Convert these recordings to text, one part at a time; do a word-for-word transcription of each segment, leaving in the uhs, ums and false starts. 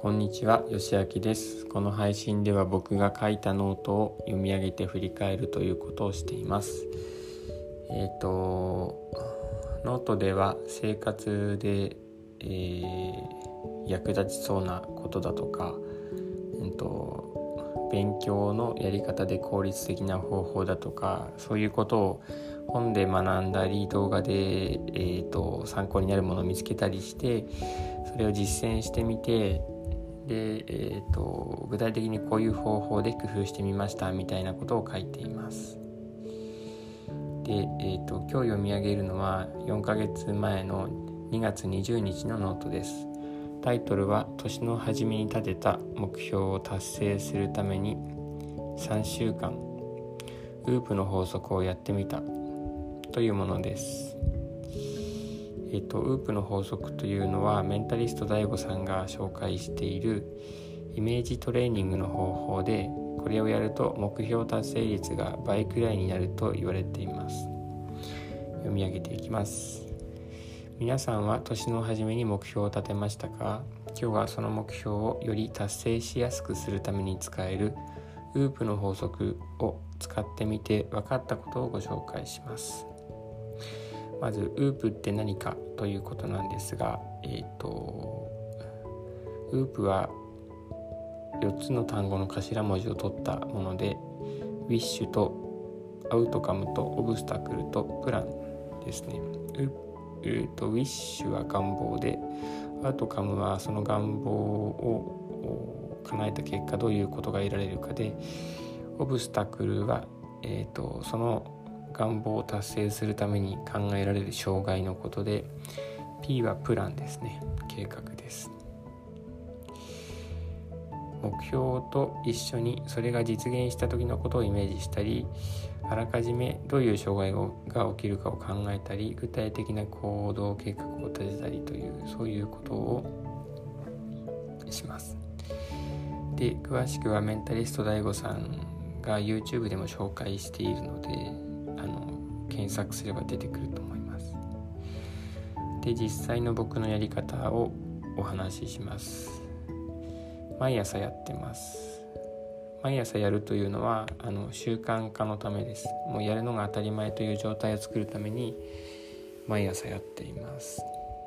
こんにちは、よしあきです。この配信では僕が書いたノートを読み上げて振り返るということをしています。えっとノートでは生活で、えー、役立ちそうなことだとか、えっと、勉強のやり方で効率的な方法だとか、そういうことを本で学んだり動画で、えー、と参考になるものを見つけたりして、それを実践してみて、で、えー、と具体的にこういう方法で工夫してみましたみたいなことを書いています。で、えー、と今日読み上げるのはよんかげつまえのにがつにじゅうにちのノートです。タイトルは年の初めに立てた目標を達成するためにさんしゅうかんウープの法則をやってみたというものです。えっと、ウープの法則というのはメンタリスト ダイゴ さんが紹介しているイメージトレーニングの方法で、これをやると目標達成率が倍くらいになると言われています。読み上げていきます。皆さんは年の初めに目標を立てましたか？今日はその目標をより達成しやすくするために使えるウープの法則を使ってみて分かったことをご紹介します。まずウープって何かということなんですが、えーと、ウープはよっつの単語の頭文字を取ったもので、ウィッシュとアウトカムとオブスタクルとプランですね。ウーとウィッシュは願望で、アウトカムはその願望を叶えた結果どういうことが得られるかで、オブスタクルは、えーと、その願望を達成するために考えられる障害のことで、 P はプランですね、計画です。目標と一緒にそれが実現した時のことをイメージしたり、あらかじめどういう障害が起きるかを考えたり、具体的な行動計画を立てたりという、そういうことをします。で、詳しくはメンタリスト ダイゴ さんが YouTube でも紹介しているので、あの検索すれば出てくると思います。で、実際の僕のやり方をお話しします。毎朝やってます。毎朝やるというのはあの習慣化のためです。もうやるのが当たり前という状態を作るために毎朝やっています。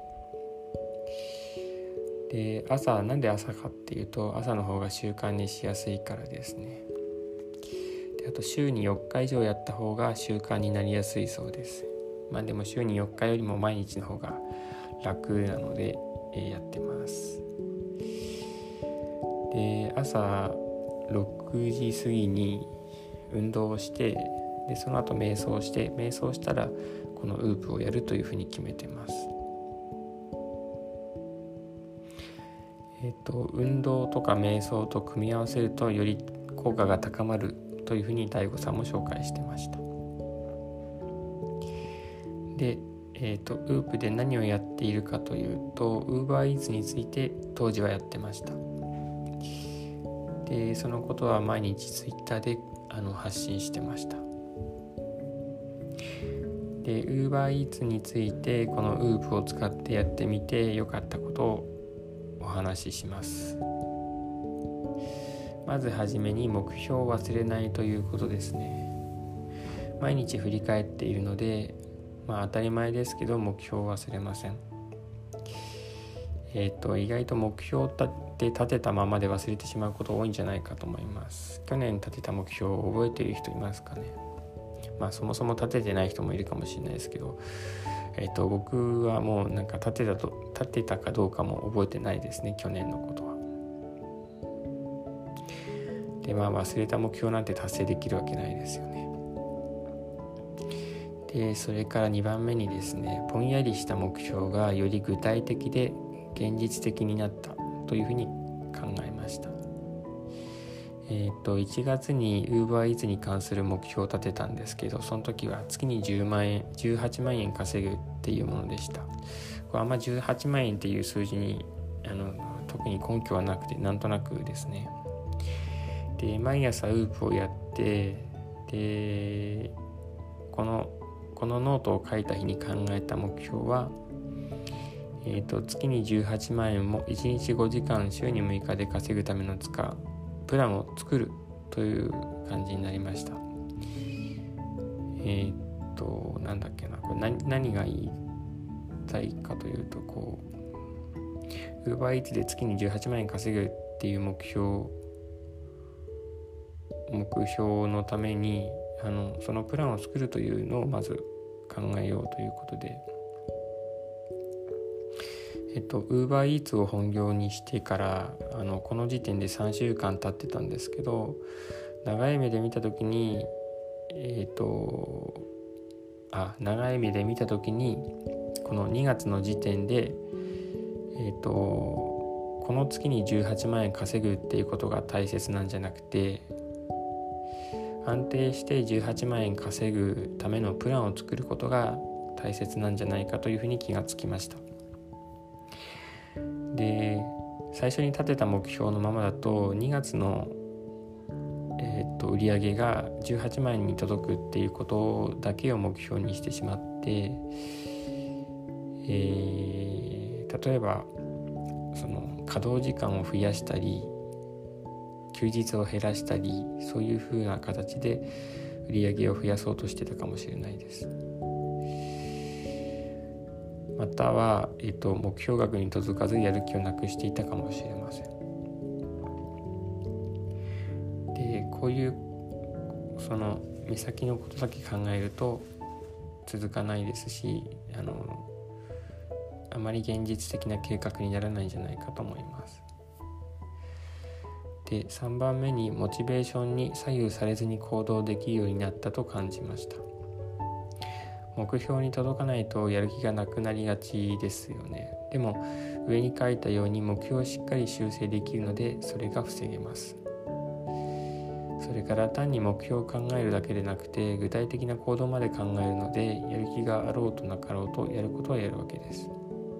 で、朝、なんで朝かっていうと、朝の方が習慣にしやすいからですね。で、あと週によっか以上やった方が習慣になりやすいそうです。まあでも週によっかよりも毎日の方が楽なので、えー、やってます。で、朝ろくじ過ぎに運動をして、でその後瞑想して瞑想したらこのウープをやるというふうに決めてます。えっと運動とか瞑想と組み合わせるとより効果が高まるというふうに ダイゴ さんも紹介してました。で、えっとウープで何をやっているかというと、 UberEats について当時はやってました。で、そのことは毎日ツイッターであの発信してました。で、UberEats についてこのウープを使ってやってみて良かったことをお話しします。まずはじめに目標を忘れないということですね。毎日振り返っているので、まあ当たり前ですけど目標を忘れません。えー、と意外と目標を立て立てたままで忘れてしまうこと多いんじゃないかと思います。去年立てた目標を覚えている人いますかね。まあそもそも立ててない人もいるかもしれないですけど、えー、と僕はもうなんか立てたと立てたかどうかも覚えてないですね、去年のことは。で、まあ忘れた目標なんて達成できるわけないですよね。で、それからにばんめにですね、ぼんやりした目標がより具体的で現実的になったというふうに考えました。えー、といちがつに UberEats に関する目標を立てたんですけど、その時は月にじゅうまんえんじゅうはちまんえん稼ぐっていうものでした。これあんまじゅうはちまんえんっていう数字にあの特に根拠はなくて、なんとなくですね。で、毎朝ウープをやって、でこのこのノートを書いた日に考えた目標は、 えー、と月にじゅうはちまんえんもいちにちごじかん週にむいかで稼ぐための使うプランを作るという感じになりました。えっ、ー、となんだっけなこれ 何, 何が言いたいかというと、こう UberEats で月にじゅうはちまんえん稼ぐっていう目標目標のためにあのそのプランを作るというのをまず考えようということで、えっと UberEats を本業にしてからあのこの時点でさんしゅうかん経ってたんですけど、長い目で見たときにえっとあ長い目で見たときにこのにがつの時点でえっとこの月にじゅうはちまんえん稼ぐっていうことが大切なんじゃなくて、安定してじゅうはちまんえん稼ぐためのプランを作ることが大切なんじゃないかというふうに気がつきました。で、最初に立てた目標のままだとにがつの、えー、と売上がじゅうはちまんえんに届くっていうことだけを目標にしてしまって、えー、例えばその稼働時間を増やしたり休日を減らしたり、そういう風な形で売り上げを増やそうとしてたかもしれないです。または、えっと、目標額に届かずやる気をなくしていたかもしれません。で、こういうその目先のことだけ考えると続かないですし、あのあまり現実的な計画にならないんじゃないかと思います。で、さんばんめにモチベーションに左右されずに行動できるようになったと感じました。目標に届かないとやる気がなくなりがちですよね。でも上に書いたように目標をしっかり修正できるので、それが防げます。それから単に目標を考えるだけでなくて具体的な行動まで考えるので、やる気があろうとなかろうとやることはやるわけです。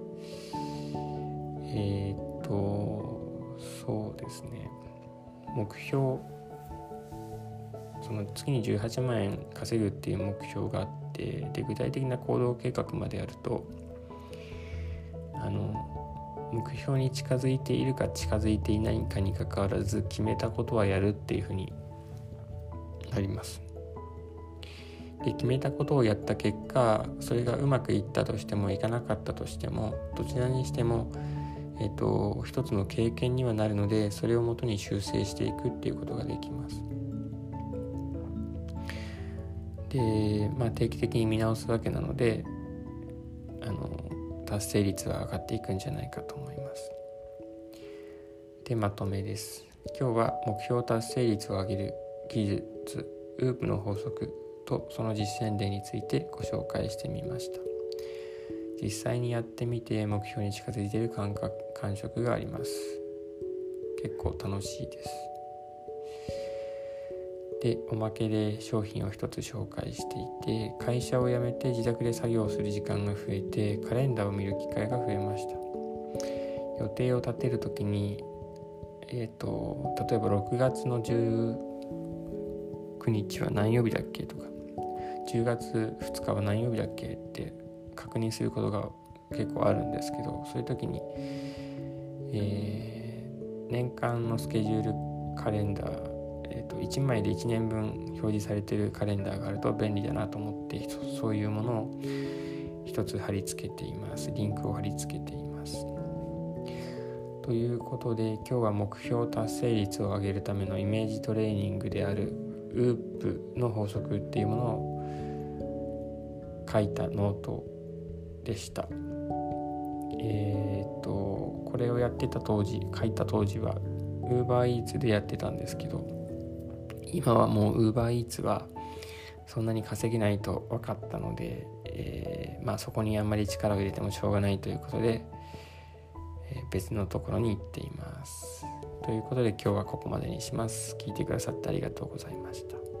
えー、っとそうですね目標その月にじゅうはちまんえん稼ぐっていう目標があって、で具体的な行動計画までやるとあの目標に近づいているか近づいていないかにかかわらず決めたことはやるっていうふうになります。で決めたことをやった結果、それがうまくいったとしてもいかなかったとしても、どちらにしてもえーと、一つの経験にはなるので、それをもとに修正していくっていうことができます。で、まあ、定期的に見直すわけなのであの達成率は上がっていくんじゃないかと思います。で、まとめです。今日は目標達成率を上げる技術 ユーピー の法則とその実践例についてご紹介してみました。実際にやってみて目標に近づいている感覚感触があります。結構楽しいです。で、おまけで商品を一つ紹介していて、会社を辞めて自宅で作業する時間が増えてカレンダーを見る機会が増えました。予定を立てるときに、えーと、例えばろくがつのじゅうくにちは何曜日だっけとか、じゅうがつふつかは何曜日だっけって確認することが結構あるんですけど、そういう時に、えー、年間のスケジュールカレンダー、えーと、いちまいでいちねんぶん表示されているカレンダーがあると便利だなと思って、そういうものを一つ貼り付けています。リンクを貼り付けています。ということで、今日は目標達成率を上げるためのイメージトレーニングである ユーピー の法則っていうものを書いたノートでした。えー、とこれをやってた当時書いた当時は UberEats でやってたんですけど、今はもう UberEats はそんなに稼げないと分かったので、えーまあ、そこにあんまり力を入れてもしょうがないということで、えー、別のところに行っています。ということで今日はここまでにします。聞いてくださってありがとうございました。